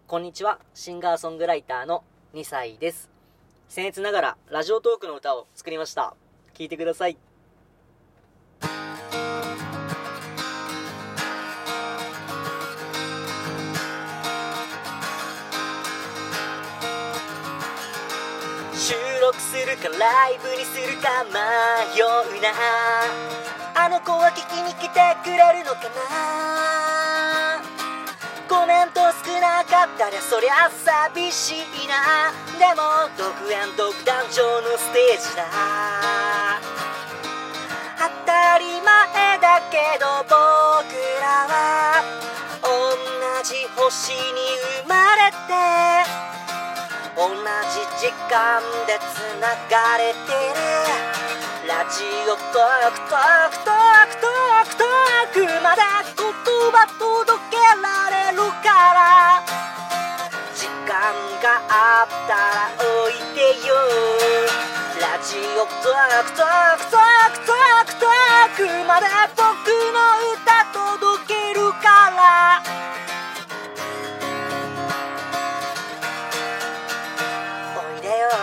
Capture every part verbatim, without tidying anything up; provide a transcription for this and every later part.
こんにちは、シンガーソングライターのにさいです。僭越ながらラジオトークの歌を作りました。聴いてください。収録するかライブにするか迷うな。あの子は聞きに来てくれるのかな。コメント少なかったらそりゃ寂しいな。でも独演独壇場のステージだ。当たり前だけど僕らは同じ星に生まれて同じ時間でつながれてる。ラジオトークトークトークトークトークまで言葉届けられるから、時間があったらおいてよ。ラジオトークトークトークトークトークまで僕の歌届けるから、おいでよ。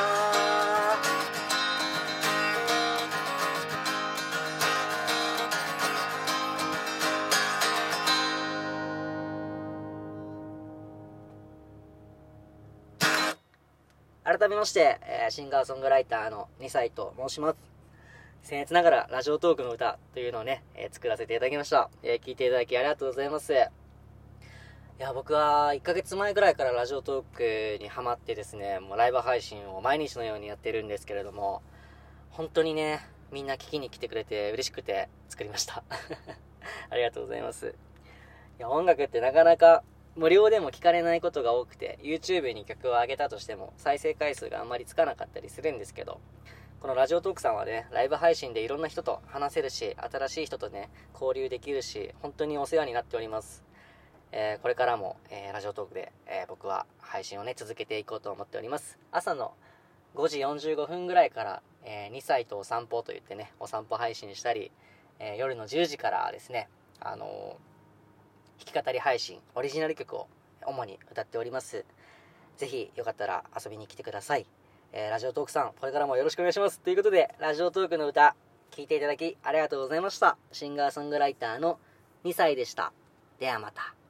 改めまして、えー、シンガーソングライターのにさいと申します。僭越ながらラジオトークの歌というのをね、えー、作らせていただきました。えー、聞いていただきありがとうございます。いや、僕はいっかげつまえぐらいからラジオトークにハマってですね、もうライブ配信を毎日のようにやってるんですけれども、本当にね、みんな聞きに来てくれて嬉しくて作りました。ありがとうございます。いや、音楽ってなかなか無料でも聞かれないことが多くて、 YouTube に曲を上げたとしても再生回数があんまりつかなかったりするんですけど、このラジオトークさんはね、ライブ配信でいろんな人と話せるし、新しい人とね交流できるし、本当にお世話になっております。えー、これからも、えー、ラジオトークで、えー、僕は配信をね続けていこうと思っております。朝のごじよんじゅうごふんぐらいから、えー、にさいとお散歩といってね、お散歩配信したり、えー、夜のじゅうじからですね、あのー弾き語り配信、オリジナル曲を主に歌っております。ぜひよかったら遊びに来てください。えー、ラジオトークさん、これからもよろしくお願いします。ということで、ラジオトークの歌聴いていただきありがとうございました。シンガーソングライターのにさいでした。ではまた。